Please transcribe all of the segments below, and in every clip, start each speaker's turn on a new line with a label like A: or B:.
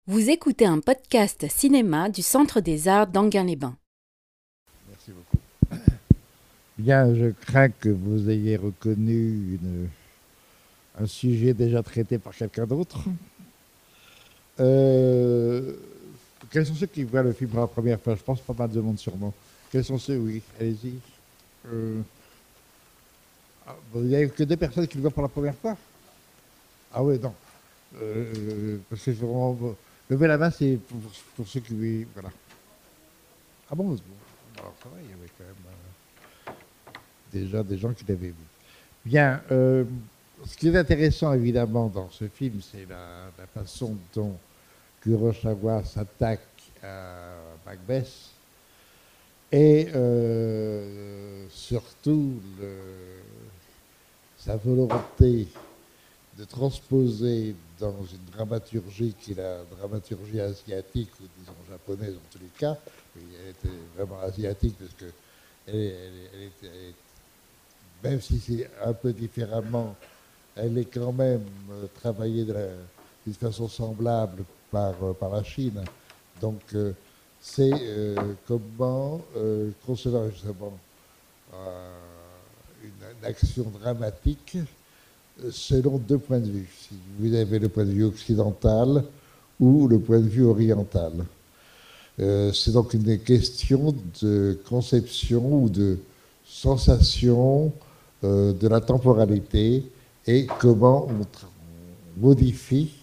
A: Vous écoutez un podcast cinéma du Centre des Arts d'Anguin-les-Bains.
B: Merci beaucoup. Bien, je crains que vous ayez reconnu un sujet déjà traité par quelqu'un d'autre. Euh, Quels sont ceux qui voient le film pour la première fois? Je pense pas mal de monde sûrement. Quels sont ceux? Oui, allez-y. Il n'y a que deux personnes qui le voient pour la première fois? Ah oui, non. Parce que vraiment, lever la main, c'est pour ceux qui... Oui, voilà. Ah bon, alors ça va, il y avait quand même déjà des gens qui l'avaient vu. Bien, ce qui est intéressant évidemment dans ce film, c'est la façon dont Kurosawa s'attaque à Macbeth et surtout sa volonté de transposer dans une dramaturgie qui est la dramaturgie asiatique, ou disons japonaise en tous les cas, mais elle était vraiment asiatique parce que même si c'est un peu différemment, elle est quand même travaillée d'une façon semblable par la Chine. Donc, c'est comment concevoir justement une action dramatique selon deux points de vue. Si vous avez le point de vue occidental ou le point de vue oriental. C'est donc une question de conception ou de sensation de la temporalité et comment on modifie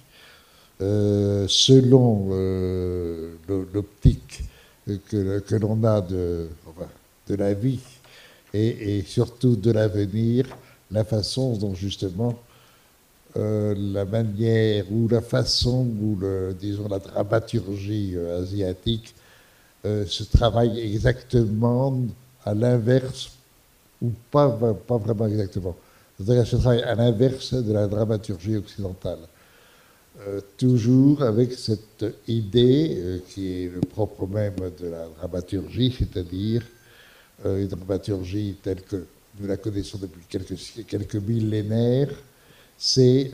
B: selon l'optique que l'on a enfin, de la vie et surtout de l'avenir, la façon dont justement la manière ou la façon ou disons la dramaturgie asiatique se travaille exactement à l'inverse ou pas vraiment exactement. C'est-à-dire qu'elle se travaille à l'inverse de la dramaturgie occidentale. Toujours avec cette idée qui est le propre même de la dramaturgie, c'est-à-dire une dramaturgie telle que nous la connaissons depuis quelques millénaires, c'est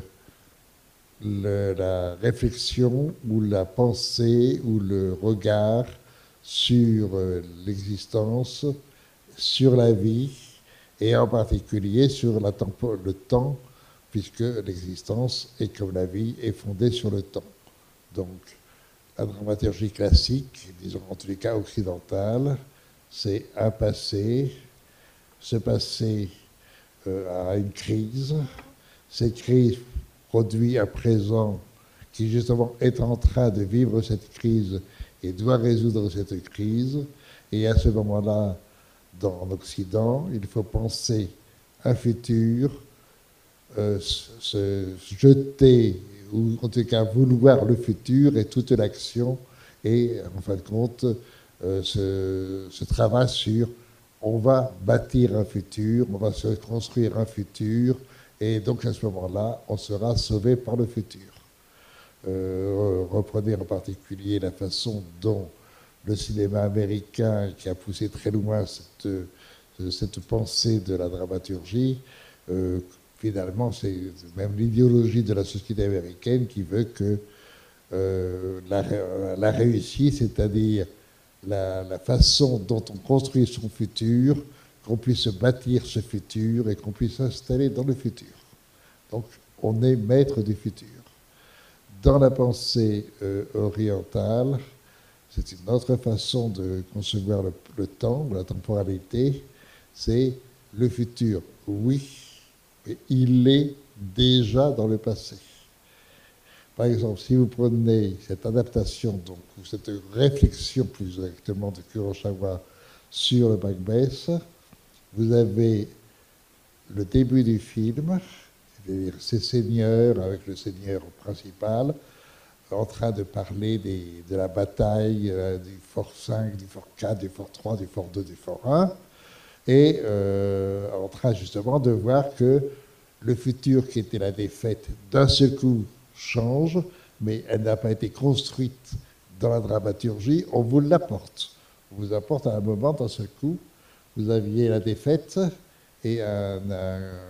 B: la réflexion ou la pensée ou le regard sur l'existence, sur la vie et en particulier sur le temps, puisque l'existence est comme la vie est fondée sur le temps. Donc la dramaturgie classique, disons en tous les cas occidentale, c'est un passé, ce passé a une crise, cette crise produit un présent qui justement est en train de vivre cette crise et doit résoudre cette crise. Et à ce moment-là, dans l'Occident, il faut penser un futur, se jeter, ou en tout cas vouloir le futur et toute l'action, et en fin de compte, ce travail sur on va bâtir un futur, on va se construire un futur, et donc à ce moment-là, on sera sauvé par le futur. Reprenez en particulier la façon dont le cinéma américain, qui a poussé très loin cette pensée de la dramaturgie, finalement, c'est même l'idéologie de la société américaine qui veut que la réussite, c'est-à-dire la façon dont on construit son futur, qu'on puisse bâtir ce futur et qu'on puisse s'installer dans le futur. Donc, on est maître du futur. Dans la pensée orientale, c'est une autre façon de concevoir le temps, la temporalité, c'est le futur. Oui, mais il est déjà dans le passé. Par exemple, si vous prenez cette adaptation, donc, ou cette réflexion plus exactement de Kurosawa sur le Macbeth, vous avez le début du film, c'est-à-dire ces seigneurs avec le seigneur principal, en train de parler de la bataille du fort 5, du fort 4, du fort 3, du fort 2, du fort 1, et en train justement de voir que le futur qui était la défaite d'un seul coup change, mais elle n'a pas été construite dans la dramaturgie, on vous l'apporte. On vous apporte à un moment, d'un seul coup, vous aviez la défaite et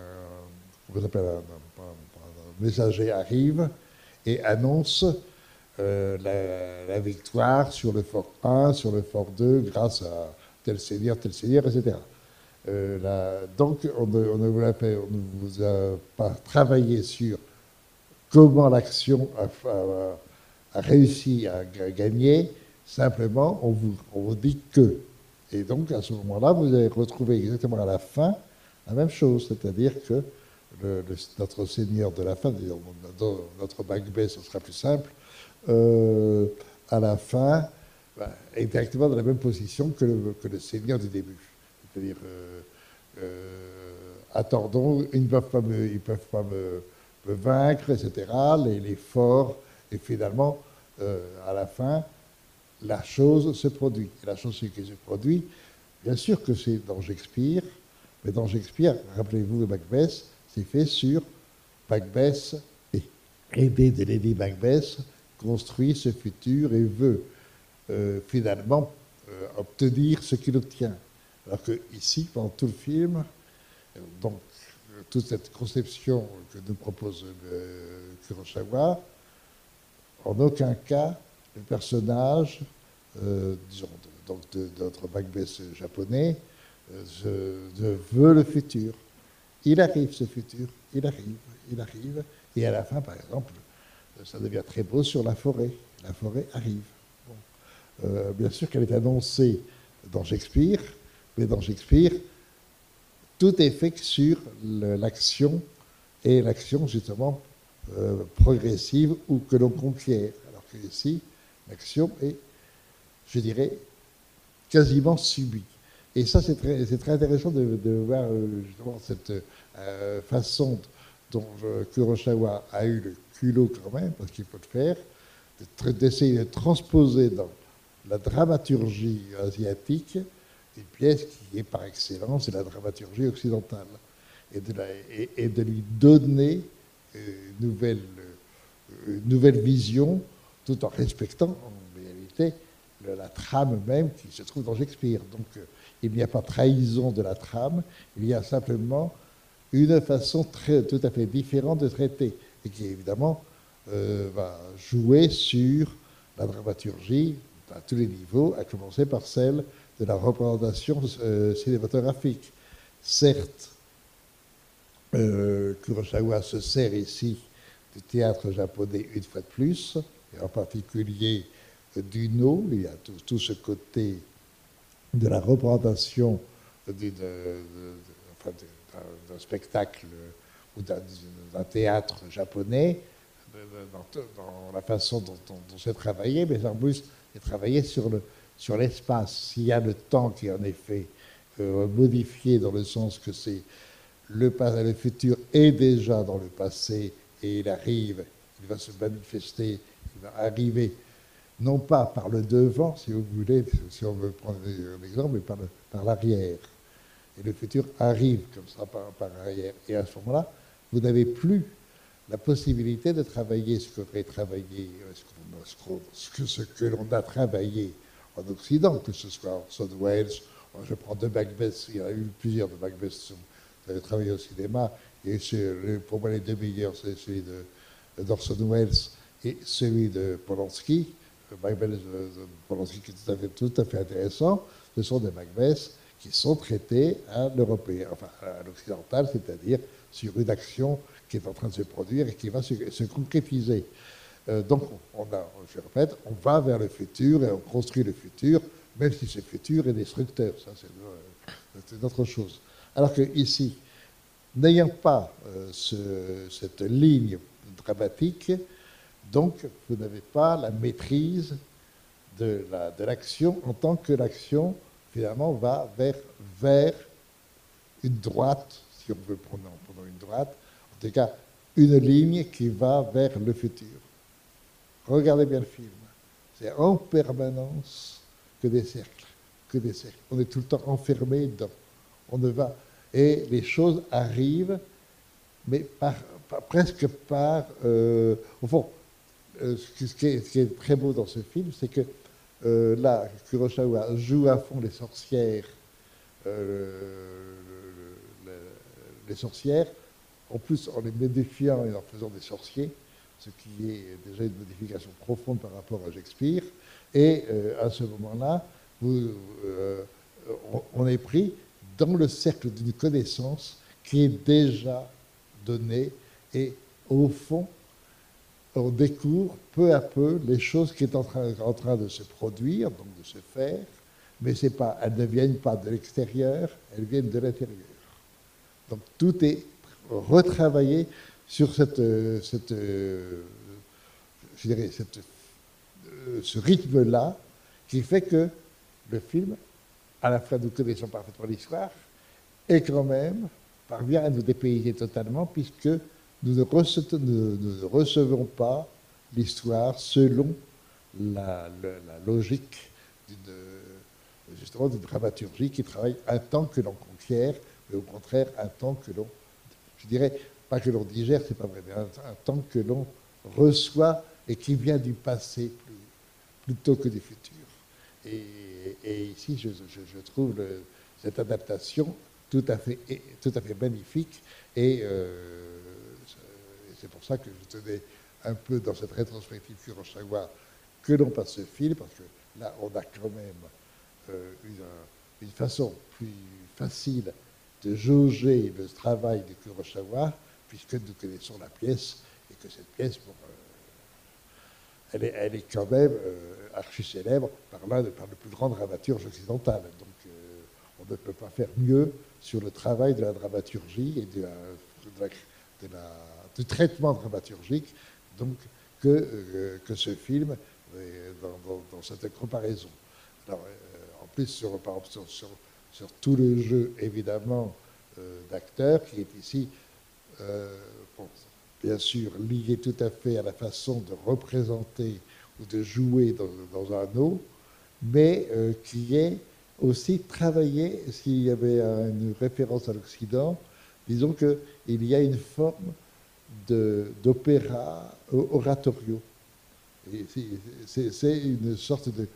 B: comment s'appelle, un messager arrive et annonce la victoire sur le fort 1, sur le fort 2, grâce à tel seigneur, etc. Donc, on ne vous a pas travaillé sur comment l'action a réussi à gagner, simplement on vous dit que. Et donc à ce moment-là, vous allez retrouver exactement à la fin la même chose, c'est-à-dire que notre seigneur de la fin, dans notre Macbeth, ce sera plus simple, à la fin, est exactement dans la même position que le seigneur du début. C'est-à-dire, attendons, ils ne peuvent pas me vaincre, etc. Les forts, et finalement, à la fin, la chose se produit. Et la chose qui se produit, bien sûr que c'est dans Shakespeare, mais dans Shakespeare, rappelez-vous de Macbeth, c'est fait sur Macbeth, et aidé de Lady Macbeth, construit ce futur et veut finalement obtenir ce qu'il obtient. Alors que ici, pendant tout le film, donc toute cette conception que nous propose Kurosawa, en aucun cas le personnage, disons, de notre Macbeth japonais, veut le futur. Il arrive ce futur, il arrive, et à la fin, par exemple, ça devient très beau sur la forêt. La forêt arrive. Bon. Bien sûr qu'elle est annoncée dans Shakespeare, mais dans Shakespeare, tout est fait sur l'action, et l'action justement progressive ou que l'on conquiert. Alors que ici, l'action est, je dirais, quasiment subie. Et ça, c'est très intéressant de voir justement cette façon dont Kurosawa a eu le culot quand même, parce qu'il faut le faire, d'essayer de transposer dans la dramaturgie asiatique une pièce qui est par excellence la dramaturgie occidentale, et de lui donner une nouvelle vision, tout en respectant en réalité la trame même qui se trouve dans Shakespeare. Donc il n'y a pas trahison de la trame, il y a simplement une façon tout à fait différente de traiter, et qui évidemment va jouer sur la dramaturgie à tous les niveaux, à commencer par celle de la représentation cinématographique. Certes, Kurosawa se sert ici du théâtre japonais une fois de plus, et en particulier du No. Il y a tout ce côté de la représentation d'un spectacle ou d'un théâtre japonais, dans la façon dont c'est travaillé, mais en plus, c'est travaillé sur l'espace. S'il y a le temps qui est en effet modifié dans le sens que c'est le futur est déjà dans le passé et il arrive, il va se manifester, il va arriver non pas par le devant, si vous voulez, si on veut prendre un exemple, mais par l'arrière. Et le futur arrive comme ça par arrière. Et à ce moment-là, vous n'avez plus la possibilité de travailler ce que l'on a travaillé en Occident, que ce soit Orson Welles. Je prends deux Macbeth, il y en a eu plusieurs de Macbeth qui ont travaillé au cinéma, et pour moi les deux meilleurs, c'est celui d'Orson Welles et celui de Polanski. Macbeth de Polanski qui est tout à fait intéressant. Ce sont des Macbeth qui sont traités à l'européen, enfin à l'occidental, c'est-à-dire sur une action qui est en train de se produire et qui va se concrétiser. Donc, je répète, on va vers le futur et on construit le futur, même si ce futur est destructeur. Ça, c'est une autre chose. Alors que ici, n'ayant pas cette ligne dramatique, donc vous n'avez pas la maîtrise de l'action en tant que l'action, finalement, va vers une droite, si on veut prendre une droite, en tout cas, une ligne qui va vers le futur. Regardez bien le film. C'est en permanence que des cercles, que des cercles. On est tout le temps enfermé dedans. On ne va... Et les choses arrivent, mais presque par... au fond, ce qui est très beau dans ce film, c'est que là, Kurosawa joue à fond les sorcières, en plus en les médifiant et en faisant des sorciers. ce qui est déjà une modification profonde par rapport à Shakespeare. Et à ce moment-là, on est pris dans le cercle d'une connaissance qui est déjà donnée. Et au fond, on découvre peu à peu les choses qui sont en train de se produire, donc de se faire, mais elles ne viennent pas de l'extérieur, elles viennent de l'intérieur. Donc tout est retravaillé sur ce rythme-là qui fait que le film, à la fois nous connaissons parfaitement l'histoire, et quand même parvient à nous dépayser totalement puisque nous ne recevons pas l'histoire selon la logique d'une dramaturgie qui travaille un temps que l'on conquiert, mais au contraire un temps que l'on, je dirais, pas que l'on digère, c'est pas vrai, mais un temps que l'on reçoit et qui vient du passé plutôt que du futur. Et ici, je trouve cette adaptation tout à fait magnifique et c'est pour ça que je tenais un peu dans cette rétrospective Kurosawa que l'on passe ce film, parce que là, on a quand même une façon plus facile de jauger le travail de Kurosawa, puisque nous connaissons la pièce, et que cette pièce, bon, elle est quand même archi célèbre par le plus grand dramaturge occidental. Donc on ne peut pas faire mieux sur le travail de la dramaturgie et du traitement dramaturgique donc, que ce film dans cette comparaison. Alors, en plus, par exemple, sur tout le jeu, évidemment, d'acteurs, qui est ici, bon, bien sûr, lié tout à fait à la façon de représenter ou de jouer dans un eau, mais qui est aussi travaillé, s'il y avait une référence à l'Occident, disons qu'il y a une forme d'opéra oratorio. C'est une sorte de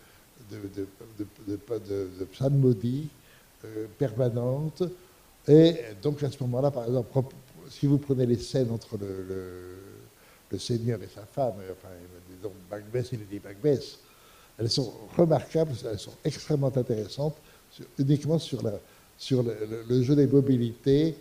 B: psalmodie permanente. Et donc à ce moment-là, par exemple, si vous prenez les scènes entre le Seigneur et sa femme, enfin, disons Macbeth et Lady Macbeth, elles sont remarquables, elles sont extrêmement intéressantes, uniquement sur le jeu des mobilités,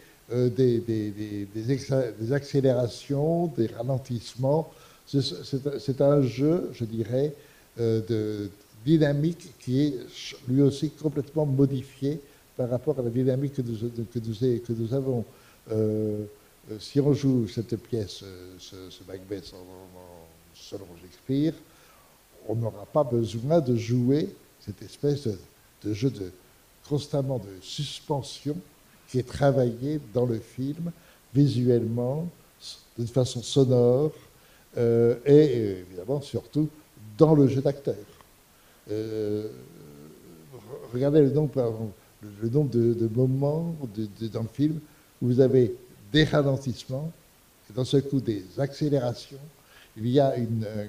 B: des accélérations, des ralentissements. C'est un jeu, je dirais, de dynamique qui est lui aussi complètement modifié par rapport à la dynamique que nous avons. Si on joue cette pièce, ce Macbeth selon Shakespeare, on n'aura pas besoin de jouer cette espèce de jeu constamment de suspension qui est travaillé dans le film, visuellement, d'une façon sonore, et évidemment, surtout, dans le jeu d'acteurs. Regardez le nombre de moments dans le film où vous avez des ralentissements, et d'un seul coup des accélérations. Il y a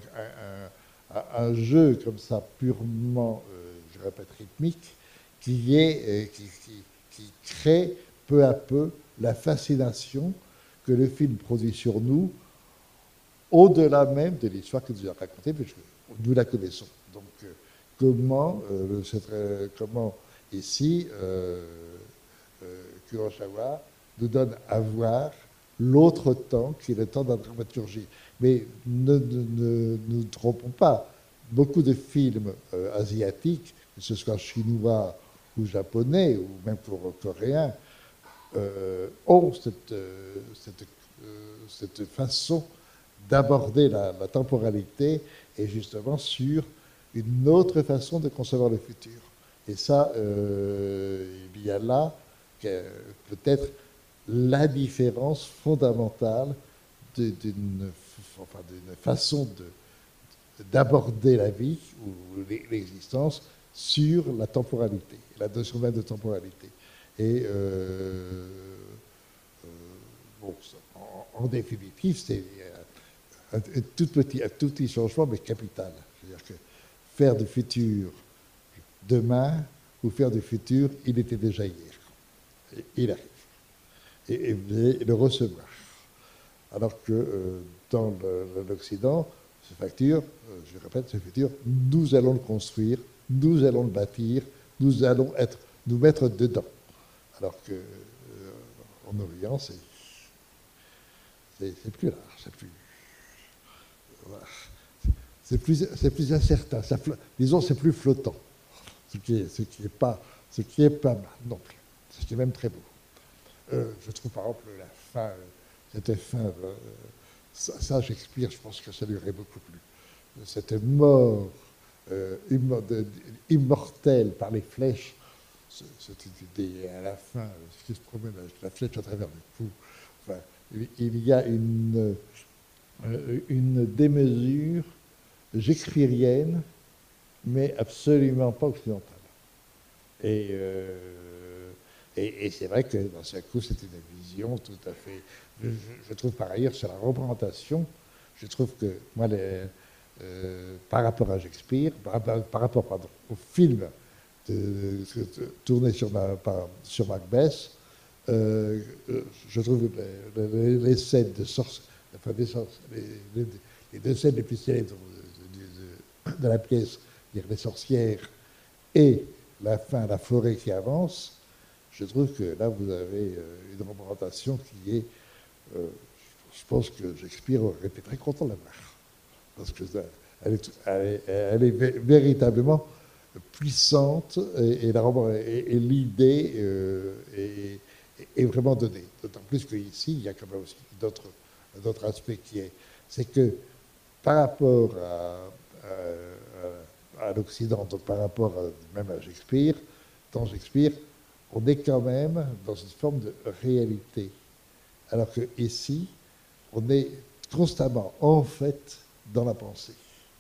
B: un jeu comme ça, purement, je répète, rythmique, qui crée peu à peu la fascination que le film produit sur nous, au-delà même de l'histoire que nous a racontée, puisque nous la connaissons. Donc, comment ici, Kurosawa nous donne à voir l'autre temps, qui est le temps de la dramaturgie. Mais ne nous trompons pas. Beaucoup de films asiatiques, que ce soit chinois ou japonais, ou même pour coréens, ont cette façon d'aborder la temporalité et justement sur une autre façon de concevoir le futur. Et ça, il y a là peut-être la différence fondamentale d'une façon d'aborder la vie ou l'existence sur la temporalité, la notion même de temporalité. Et bon, en définitive, c'est un tout petit changement, mais capital. C'est-à-dire que faire du futur demain ou faire du futur, il était déjà hier. Et il arrive. Et le recevoir. Alors que dans l'Occident, ce futur, je répète, ce futur, nous allons le construire, nous allons le bâtir, nous allons nous mettre dedans. Alors que en Orient, c'est plus large, voilà. C'est plus incertain. Disons, c'est plus flottant, ce qui est pas mal non plus. Ce qui est même très beau. Je trouve par exemple la fin, cette fin, ça Shakespeare, je pense que ça lui aurait beaucoup plu. Cette mort immortelle par les flèches, cette idée à la fin, ce qui se promène avec la flèche à travers le cou. Enfin, il y a une démesure shakespearienne, mais absolument pas occidentale. Et c'est vrai que dans ce coup, c'est une vision tout à fait. Je trouve par ailleurs sur la représentation, je trouve que moi, par rapport à Shakespeare, par rapport au film tourné sur Macbeth, je trouve les scènes de sorcières, enfin les deux scènes les plus célèbres de la pièce, dire les sorcières et la fin, la forêt qui avance, je trouve que là vous avez une représentation qui est, je pense que Shakespeare aurait été très content de la voir, parce que elle est véritablement puissante et l'idée est vraiment donnée. D'autant plus qu'ici, il y a quand même aussi d'autres aspects c'est que par rapport à l'Occident, donc par rapport même à Shakespeare, dans Shakespeare, on est quand même dans une forme de réalité. Alors qu'ici, on est constamment, en fait, dans la pensée.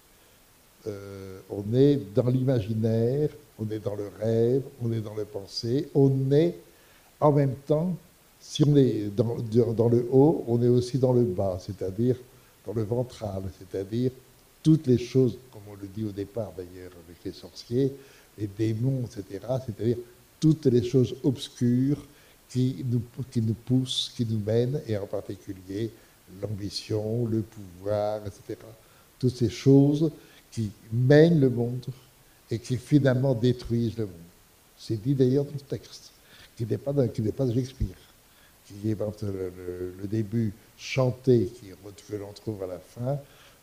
B: On est dans l'imaginaire, on est dans le rêve, on est dans la pensée, on est en même temps, si on est dans le haut, on est aussi dans le bas, c'est-à-dire dans le ventral, c'est-à-dire toutes les choses, comme on le dit au départ d'ailleurs avec les sorciers, les démons, etc., c'est-à-dire toutes les choses obscures qui nous poussent, qui nous mènent, et en particulier l'ambition, le pouvoir, etc. Toutes ces choses qui mènent le monde et qui finalement détruisent le monde. C'est dit d'ailleurs dans le texte, qui n'est pas de Shakespeare, qui est le début chanté que l'on trouve à la fin.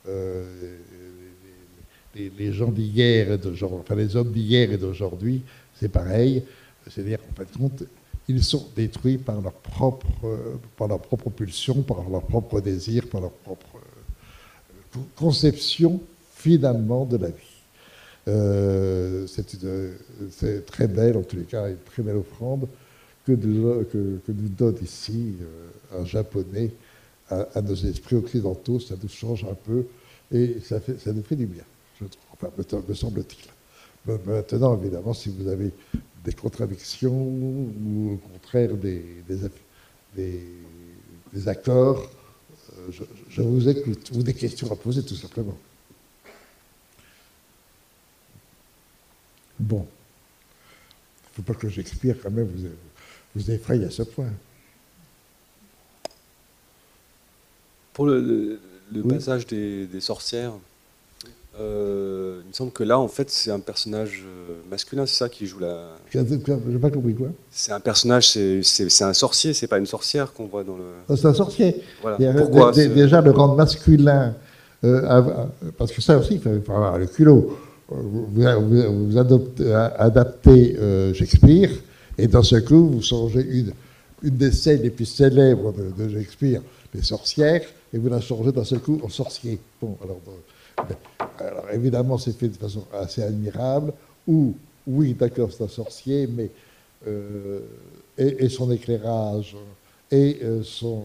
B: Les gens d'hier et d'aujourd'hui, enfin les hommes d'hier et d'aujourd'hui, c'est pareil. C'est-à-dire qu'en fin de compte, ils sont détruits par leur propre pulsion, par leur propre désir, par leur propre conception finalement de la vie. C'est très belle, en tous les cas, une très belle offrande que nous donne ici un japonais à nos esprits occidentaux. Ça nous change un peu et ça nous fait du bien, je trouve, enfin, me semble-t-il. Maintenant, évidemment, si vous avez des contradictions ou au contraire des accords, je vous écoute, ou des questions à poser tout simplement. Bon, il ne faut pas que Shakespeare quand même vous effraie à ce point.
C: Pour le oui. Passage des sorcières, il me semble que là, en fait, c'est un personnage masculin, c'est ça qui joue la...
B: Je n'ai pas compris quoi.
C: C'est un personnage, c'est un sorcier, c'est pas une sorcière qu'on voit dans le...
B: C'est un sorcier.
C: Voilà. Pourquoi
B: déjà, le rendre masculin, parce que ça aussi, il faut avoir le culot. Vous adaptez Shakespeare, et dans ce coup, vous changez une des scènes les plus célèbres de Shakespeare, les sorcières, et vous la changez d'un seul coup en sorcier. Bon, alors évidemment, c'est fait de façon assez admirable, où, oui, d'accord, c'est un sorcier, mais et son éclairage, et son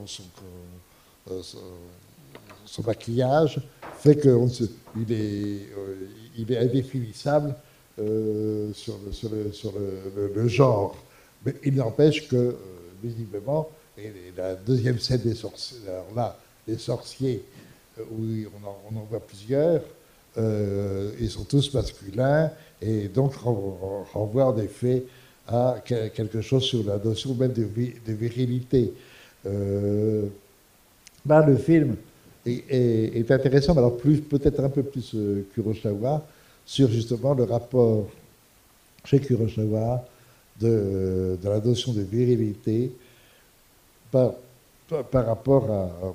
B: maquillage, fait qu'il est indéfinissable sur le genre. Mais il n'empêche que, visiblement, et la deuxième scène des sorciers, alors là, les sorciers, où on en voit plusieurs, ils sont tous masculins, et donc renvoient en effet à quelque chose sur la notion même de virilité. Là, le film, est intéressant, mais alors peut-être un peu plus Kurosawa, sur justement le rapport chez Kurosawa de la notion de virilité par, par rapport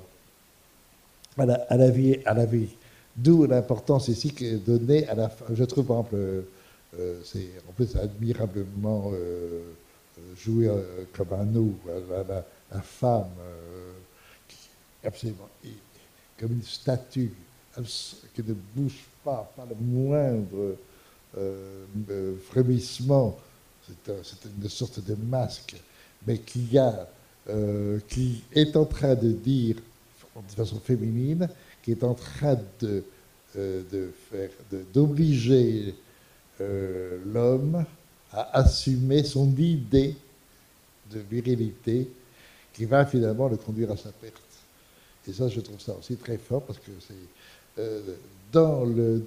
B: à la vie. D'où l'importance ici qui est donnée à la femme. Je trouve, par exemple, c'est en plus admirablement joué comme un nous, la femme, absolument, comme une statue, qui ne bouge pas le moindre frémissement. C'est une sorte de masque, mais qui est en train de dire, de façon féminine, qui est en train d'obliger l'homme à assumer son idée de virilité qui va finalement le conduire à sa perte. Et ça, je trouve ça aussi très fort parce que c'est dans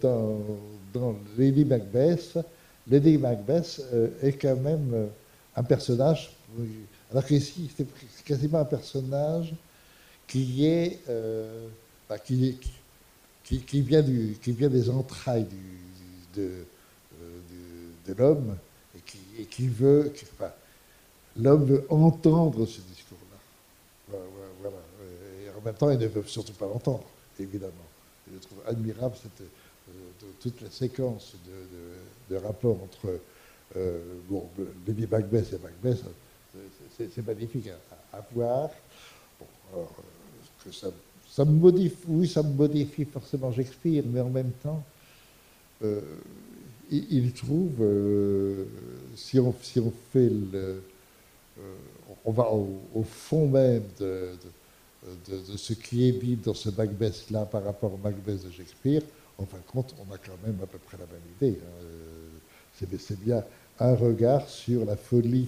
B: Lady Macbeth, est quand même un personnage, alors qu'ici, c'est quasiment un personnage qui est qui vient des entrailles de l'homme et qui veut, l'homme veut entendre ce discours-là. Voilà. Et en même temps, il ne veut surtout pas l'entendre, évidemment. Je trouve admirable toute la séquence de rapports entre Lady Macbeth et Macbeth. C'est magnifique à voir. Bon, alors, que ça me modifie, oui, ça me modifie forcément Shakespeare, mais en même temps, il trouve, si on fait on va au fond même de ce qui est dit dans ce Macbeth-là par rapport au Macbeth de Shakespeare, en fin de compte, on a quand même à peu près la même idée. C'est bien un regard sur la folie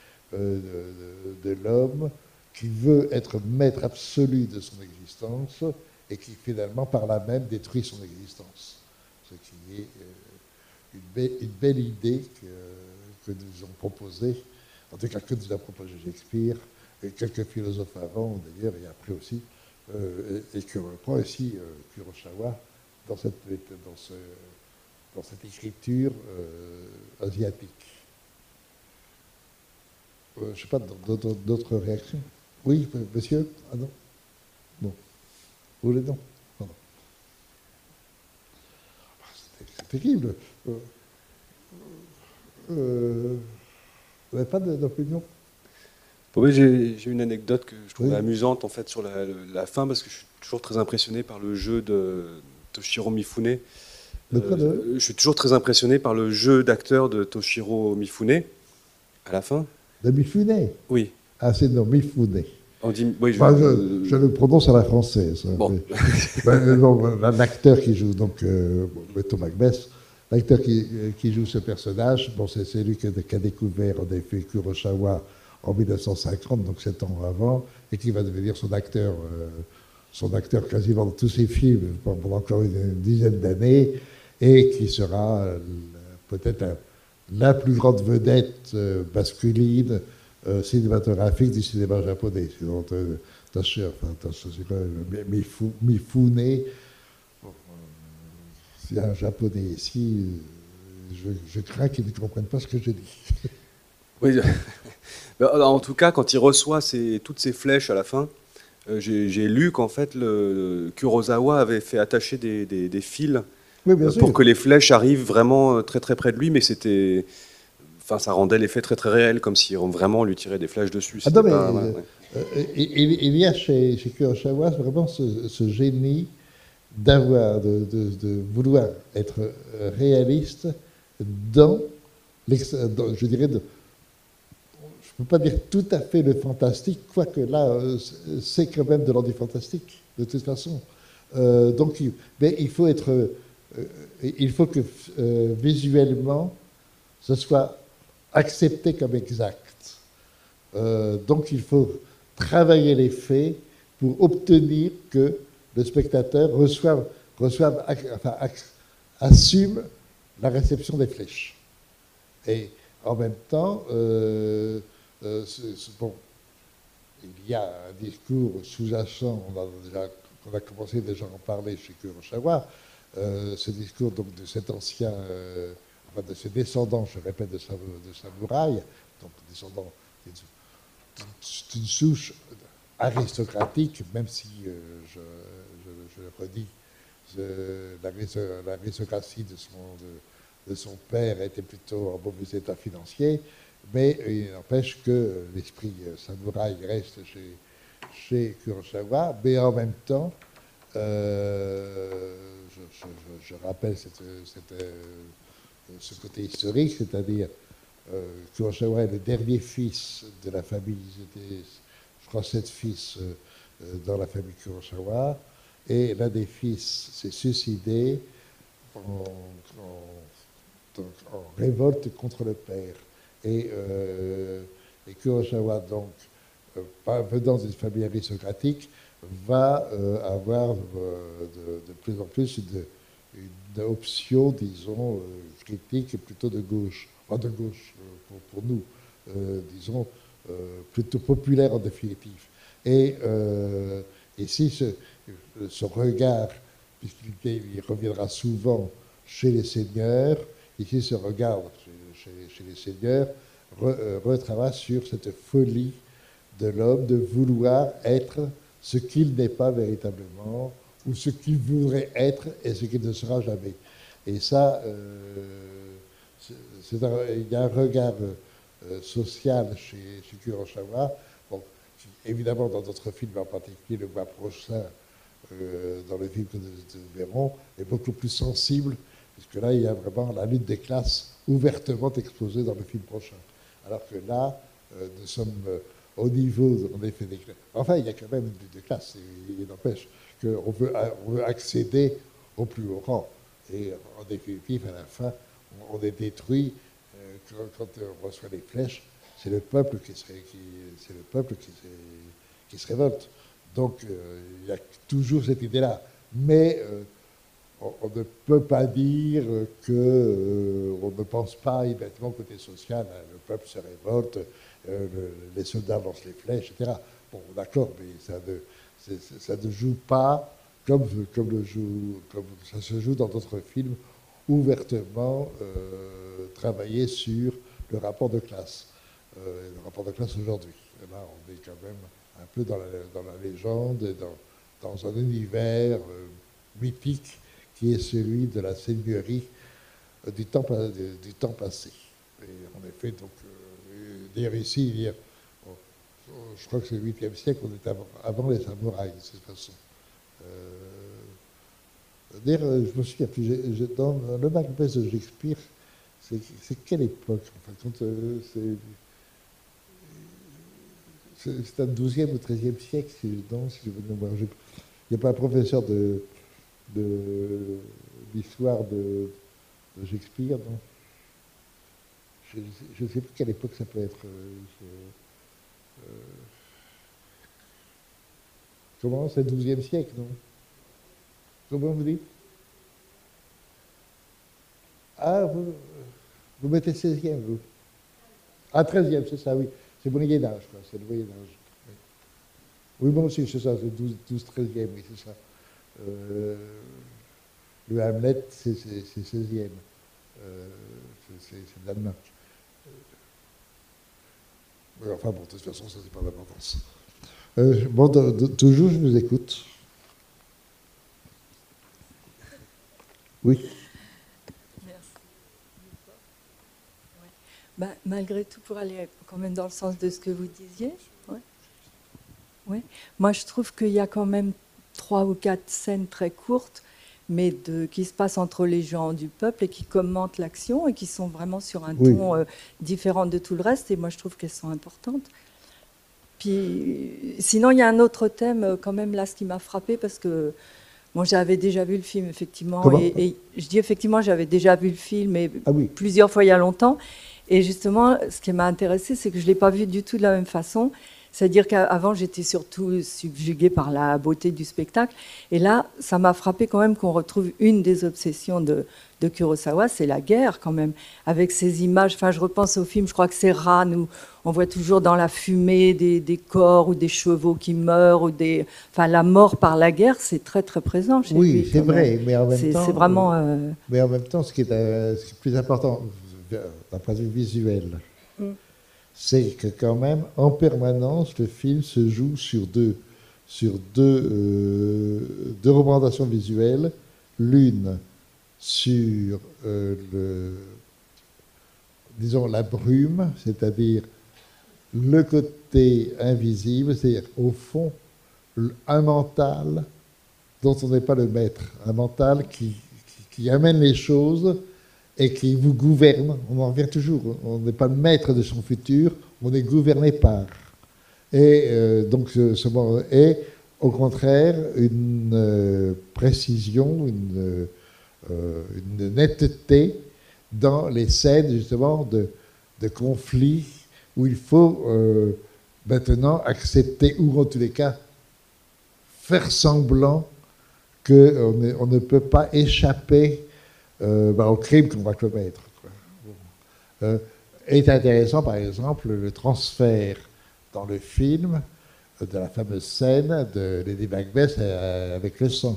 B: de l'homme qui veut être maître absolu de son existence et qui finalement par là même détruit son existence. Ce qui est une belle idée que nous ont proposée, en tout cas que nous a proposé Shakespeare et quelques philosophes avant d'ailleurs et après aussi, et que reprend ici Kurosawa dans cette écriture asiatique. Je ne sais pas, d'autres réactions? Oui, monsieur? Ah non? Non. Vous voulez non? Pardon. C'est terrible. Vous n'avez pas d'opinion?
C: Oui, j'ai une anecdote que je trouvais amusante en fait sur la fin parce que je suis toujours très impressionné par le jeu de Toshiro Mifune. Je suis toujours très impressionné par le jeu d'acteur de Toshiro Mifune à la fin.
B: De Mifune?
C: Oui.
B: Ah, c'est non, Mifune.
C: On dit, oui,
B: je le prononce à la française.
C: Bon.
B: L'acteur qui joue donc Macbeth, l'acteur qui joue ce personnage, bon, c'est lui qui a découvert en effet Kurosawa en 1950, donc 7 ans avant, et qui va devenir son acteur quasiment dans tous ses films pendant encore une dizaine d'années, et qui sera peut-être la plus grande vedette masculine cinématographique du cinéma japonais. Sinon, Mifune, s'il y a un japonais ici, je crains qu'il ne comprenne pas ce que je dis.
C: Oui, en tout cas, quand il reçoit toutes ces flèches à la fin, j'ai lu qu'en fait, Kurosawa avait fait attacher des fils pour que les flèches arrivent vraiment très très près de lui, mais c'était... Enfin, ça rendait l'effet très très réel, comme si vraiment on lui tirait des flèches dessus.
B: Ah non, mais il y a chez Kurosawa vraiment ce génie de vouloir être réaliste je dirais, je ne peux pas dire tout à fait le fantastique, quoique là, c'est quand même de l'anti-fantastique, de toute façon. Mais il faut que visuellement, ce soit accepté comme exact. Donc il faut travailler les faits pour obtenir que le spectateur assume la réception des flèches. Et en même temps, bon, il y a un discours sous-jacent, on a déjà qu'on a commencé déjà à en parler chez Kurosawa, ce discours donc, de cet ancien, enfin, de ses descendants, je répète, de samouraï, donc descendants d'une souche aristocratique, même si, je le redis, l'aristocratie de son père était plutôt en mauvais état financier, mais il n'empêche que l'esprit samouraï reste chez Kurosawa, mais en même temps, je rappelle ce côté historique, c'est-à-dire Kurosawa est le dernier fils de la famille, ils étaient, je crois, 7 fils dans la famille Kurosawa, et l'un des fils s'est suicidé en révolte contre le père. Et Kurosawa, donc, venant d'une famille aristocratique, va avoir de plus en plus une option, disons, critique plutôt de gauche. Enfin, de gauche pour nous, disons, plutôt populaire en définitive. Et ici, ce regard, puisqu'il reviendra souvent chez les seigneurs, ici ce regard chez les seigneurs retravaille sur cette folie de l'homme de vouloir être ce qu'il n'est pas véritablement, ou ce qu'il voudrait être et ce qu'il ne sera jamais. Et ça, il y a un regard social chez Kurosawa. Bon, évidemment, dans d'autres films, en particulier Le Mois prochain, dans le film que nous verrons, est beaucoup plus sensible, puisque là, il y a vraiment la lutte des classes ouvertement exposée dans le film prochain. Alors que là, nous sommes au niveau, en effet, des classes. Enfin, il y a quand même une lutte des classes. Il n'empêche qu'on veut accéder au plus haut rang. Et en définitive, à la fin, on est détruit quand on reçoit les flèches. C'est le peuple qui se révolte. Donc, il y a toujours cette idée-là. Mais on ne peut pas dire qu'on ne pense pas immédiatement au côté social. Le peuple se révolte, les soldats lancent les flèches, etc. Bon, d'accord, mais ça ne joue pas comme ça se joue dans d'autres films, ouvertement travaillé sur le rapport de classe. Le rapport de classe aujourd'hui. Là, on est quand même un peu dans la légende, et dans un univers mythique qui est celui de la seigneurie du temps passé. Et en effet, donc, d'ailleurs ici, je crois que c'est le 8e siècle, on est avant les samouraïs, de cette façon. D'ailleurs, je me souviens plus, dans le Macbeth de Shakespeare, c'est quelle époque, en fait, c'est un 12e ou 13e siècle, si je veux dire. Il n'y a pas un professeur d'histoire de Shakespeare, non? Je ne sais plus quelle époque ça peut être. Comment? C'est le 12e siècle, non? Comment vous dites? Ah, vous mettez 16e, vous? Ah, 13e, c'est ça, oui. C'est le Moyen-Âge, quoi. C'est le Moyen-Âge. Oui, moi aussi, c'est ça, c'est 12-13e, oui, c'est ça. Le Hamlet, c'est 16e. C'est le Danemark. Enfin, bon, de toute façon, ça, c'est pas d'importance. Bon, toujours, je vous écoute. Oui.
D: Merci. Ouais. Malgré tout, pour aller quand même dans le sens de ce que vous disiez, ouais. Moi, je trouve qu'il y a quand même 3 ou 4 scènes très courtes, mais qui se passent entre les gens du peuple et qui commentent l'action et qui sont vraiment sur un ton différent de tout le reste. Et moi, je trouve qu'elles sont importantes. Puis, sinon, il y a un autre thème, quand même, là, ce qui m'a frappé, parce que bon, j'avais déjà vu le film, effectivement. Et je dis effectivement, j'avais déjà vu le film, et plusieurs fois il y a longtemps. Et justement, ce qui m'a intéressé, c'est que je ne l'ai pas vu du tout de la même façon. C'est-à-dire qu'avant, j'étais surtout subjuguée par la beauté du spectacle. Et là, ça m'a frappé quand même qu'on retrouve une des obsessions de de Kurosawa, c'est la guerre quand même, avec ces images. Enfin, je repense au film, je crois que c'est Ran, où on voit toujours dans la fumée des corps ou des chevaux qui meurent, enfin, la mort par la guerre, c'est très très présent chez lui.
B: Oui, c'est vrai, mais en même temps,
D: c'est vraiment.
B: Mais en même temps, ce qui est plus important d'un point de vue visuel, c'est que quand même, en permanence, le film se joue sur deux représentations visuelles, l'une sur disons, la brume, c'est-à-dire le côté invisible, c'est-à-dire au fond un mental dont on n'est pas le maître, un mental qui amène les choses et qui vous gouverne. On en revient toujours, on n'est pas le maître de son futur, on est gouverné par. Et donc, et au contraire, une précision, une netteté dans les scènes, justement, de conflits où il faut maintenant accepter, ou en tous les cas, faire semblant qu'on ne peut pas échapper au crime qu'on va commettre. Est intéressant, par exemple, le transfert dans le film de la fameuse scène de Lady Macbeth avec le sang.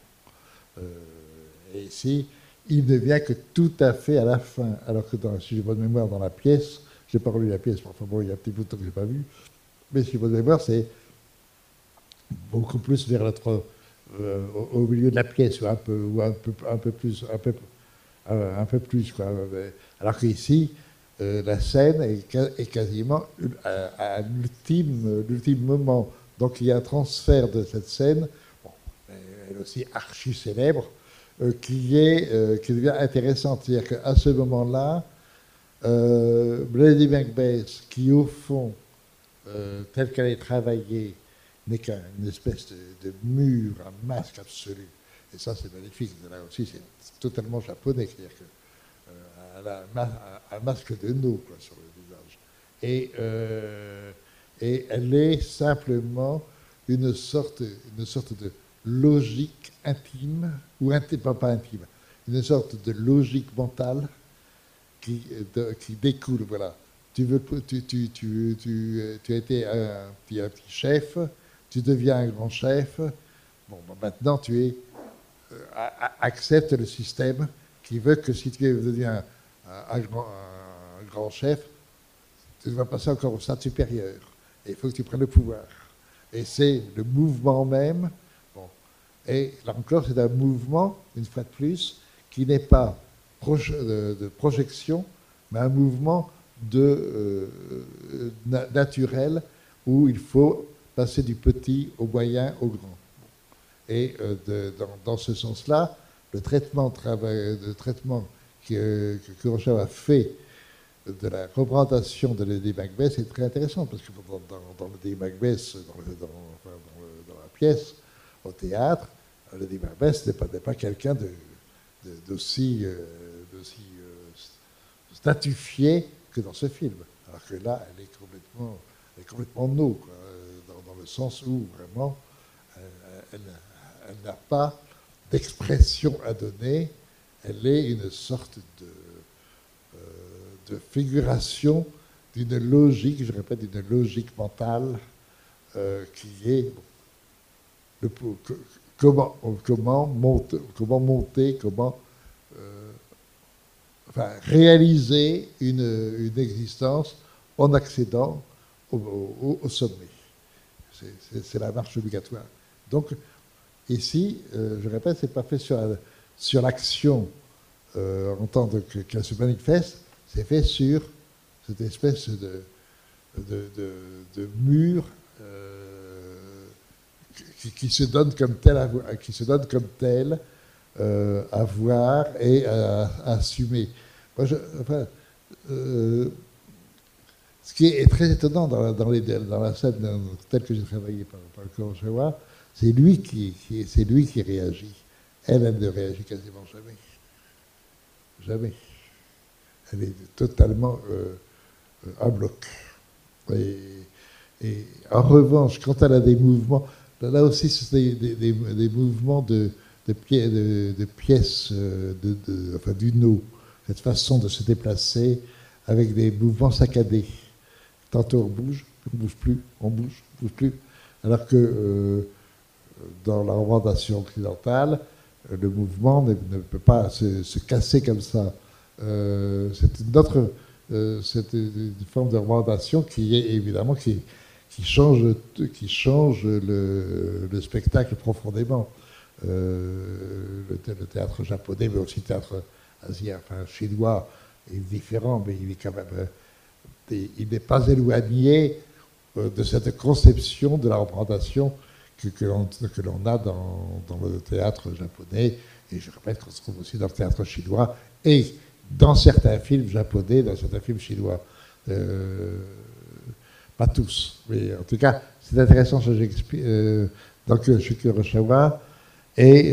B: Et ici, il ne vient que tout à fait à la fin, alors que si j'ai bonne mémoire dans la pièce, je n'ai pas relu la pièce, enfin bon, il y a un petit bout de temps que je n'ai pas vu, mais si j'ai bonne mémoire, c'est beaucoup plus vers l'autre, au milieu de la pièce, ou un peu plus, quoi. Alors qu'ici, la scène est quasiment à l'ultime moment. Donc il y a un transfert de cette scène, bon, elle aussi archi célèbre, qui devient intéressante. C'est-à-dire qu'à ce moment-là, Lady Macbeth, qui au fond, telle qu'elle est travaillée, n'est qu'une espèce de mur, un masque absolu. Et ça, c'est magnifique. Là aussi, c'est totalement japonais. C'est-à-dire qu'elle a un masque de no, quoi, sur le visage. Et elle est simplement une sorte de logique intime, ou pas intime, une sorte de logique mentale qui découle. Voilà. Tu as été un petit chef, tu deviens un grand chef. Bon, maintenant, tu acceptes le système qui veut que si tu deviens un grand chef, tu vas passer encore au stade supérieur. Et il faut que tu prennes le pouvoir. Et c'est le mouvement même. Bon. Et là encore, c'est un mouvement, une fois de plus, qui n'est pas de projection, mais un mouvement naturel où il faut passer du petit au moyen au grand. Et dans ce sens-là, le traitement que Kurosawa a fait de la représentation de Lady Macbeth est très intéressant, parce que dans Lady Macbeth, dans la pièce, au théâtre, Lady Macbeth n'est pas quelqu'un d'aussi statifié que dans ce film. Alors que là, elle est complètement no, quoi, dans le sens où vraiment elle n'a pas d'expression à donner, elle est une sorte de figuration d'une logique, je répète, d'une logique mentale qui est comment monter, réaliser une existence en accédant au sommet. C'est la marche obligatoire. Donc, ici, je répète, c'est pas fait sur l'action en tant qu'elle se manifeste, c'est fait sur cette espèce de mur qui se donne comme tel, à voir et à assumer. Moi, ce qui est très étonnant dans la scène telle que j'ai travaillé par Kurosawa, c'est lui qui réagit. Elle ne réagit quasiment jamais. Jamais. Elle est totalement à bloc. Et en revanche, quand elle a des mouvements, là aussi, c'est des mouvements de de pièces, enfin d'une eau, cette façon de se déplacer avec des mouvements saccadés. Tantôt on bouge plus, on bouge plus. Alors que dans la représentation occidentale, le mouvement ne peut pas se casser comme ça. C'est une forme de représentation qui est évidemment qui change le spectacle profondément. Le théâtre japonais, mais aussi le théâtre asiatique, enfin chinois, est différent, mais il est quand même, il n'est pas éloigné de cette conception de la représentation que l'on a dans le théâtre japonais, et je répète qu'on se trouve aussi dans le théâtre chinois, et dans certains films japonais, dans certains films chinois. Pas tous, mais en tout cas, c'est intéressant ce que j'explique. Donc, chez Kurosawa, et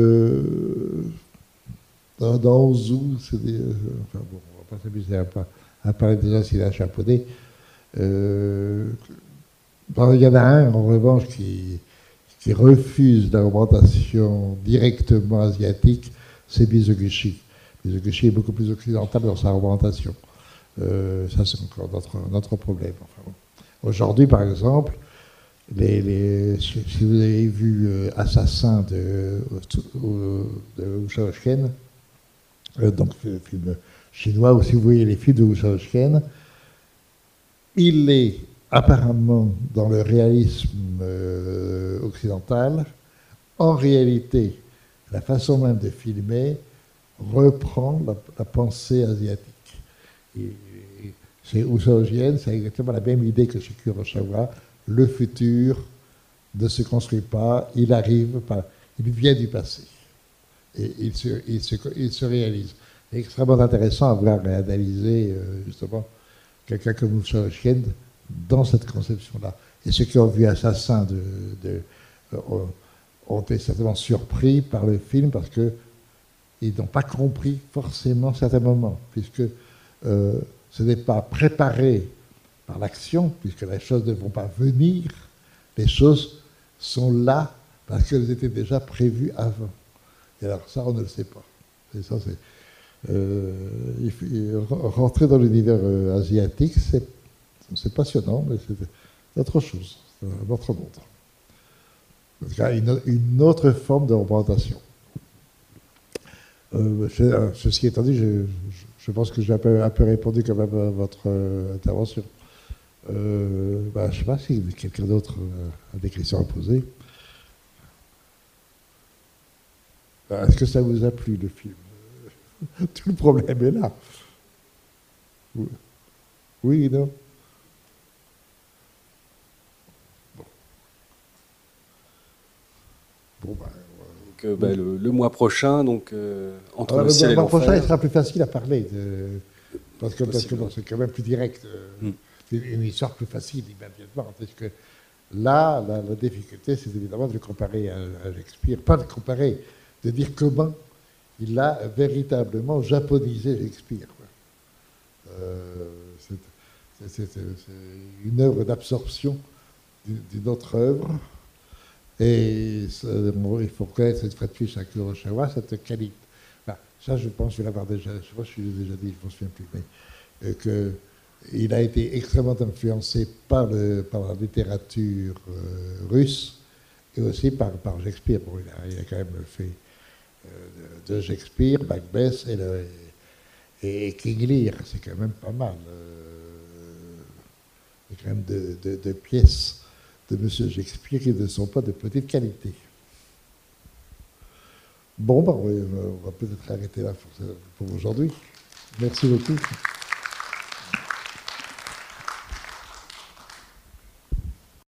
B: dans Ozu, c'est des. Enfin bon, on va pas s'amuser à parler des incidents japonais. Il y en a un, en revanche, qui refuse la représentation directement asiatique, c'est Mizoguchi. Mizoguchi est beaucoup plus occidental dans sa représentation. Ça, c'est encore notre problème. Enfin, bon. Aujourd'hui, par exemple, si vous avez vu Assassin de Wu Shaoxian, donc le film chinois, ou si vous voyez les films de Wu Shaoxian, il est apparemment dans le réalisme occidental. En réalité, la façon même de filmer reprend la pensée asiatique. Chez Wu Shaoxian, c'est exactement la même idée que chez Kurosawa. Le futur ne se construit pas, il arrive, il vient du passé. Et il se réalise. C'est extrêmement intéressant à voir réanalyser justement quelqu'un comme Wu Shaoxian dans cette conception-là. Et ceux qui ont vu Assassin ont été certainement surpris par le film parce qu'ils n'ont pas compris forcément certains moments, puisque ce n'est pas préparé par l'action, puisque les choses ne vont pas venir, les choses sont là parce qu'elles étaient déjà prévues avant. Et alors ça, on ne le sait pas. Et ça, rentrer dans l'univers asiatique, c'est passionnant, mais c'est autre chose, c'est un autre monde. En tout cas, une autre forme de représentation. Ceci étant dit, je pense que j'ai un peu répondu quand même à votre intervention. Je ne sais pas si quelqu'un d'autre a des questions à poser. Est-ce que ça vous a plu, le film? Tout le problème est là. Oui, non? Bon,
C: donc, le mois prochain, donc, entre le ciel et l'enfer.
B: Le mois prochain, il sera plus facile à parler, parce que bon, c'est quand même plus direct. Une histoire plus facile, immédiatement. Parce que là, la difficulté, c'est évidemment de le comparer à Shakespeare. Pas de comparer, de dire comment il a véritablement japonisé Shakespeare. C'est une œuvre d'absorption d'une autre œuvre. Et il faut reconnaître cette fois de plus à Kurosawa, cette qualité. Enfin, ça, je pense, je vais l'avoir déjà, je pense que je l'ai déjà dit, je ne m'en souviens plus, mais qu'il a été extrêmement influencé par la littérature russe et aussi par Shakespeare. Bon, il a quand même fait de Shakespeare, Macbeth et King Lear, c'est quand même pas mal. Il y a quand même de pièces de M. Shakespeare qui ne sont pas de petite qualité. Bon, on va peut-être arrêter là pour aujourd'hui. Merci beaucoup.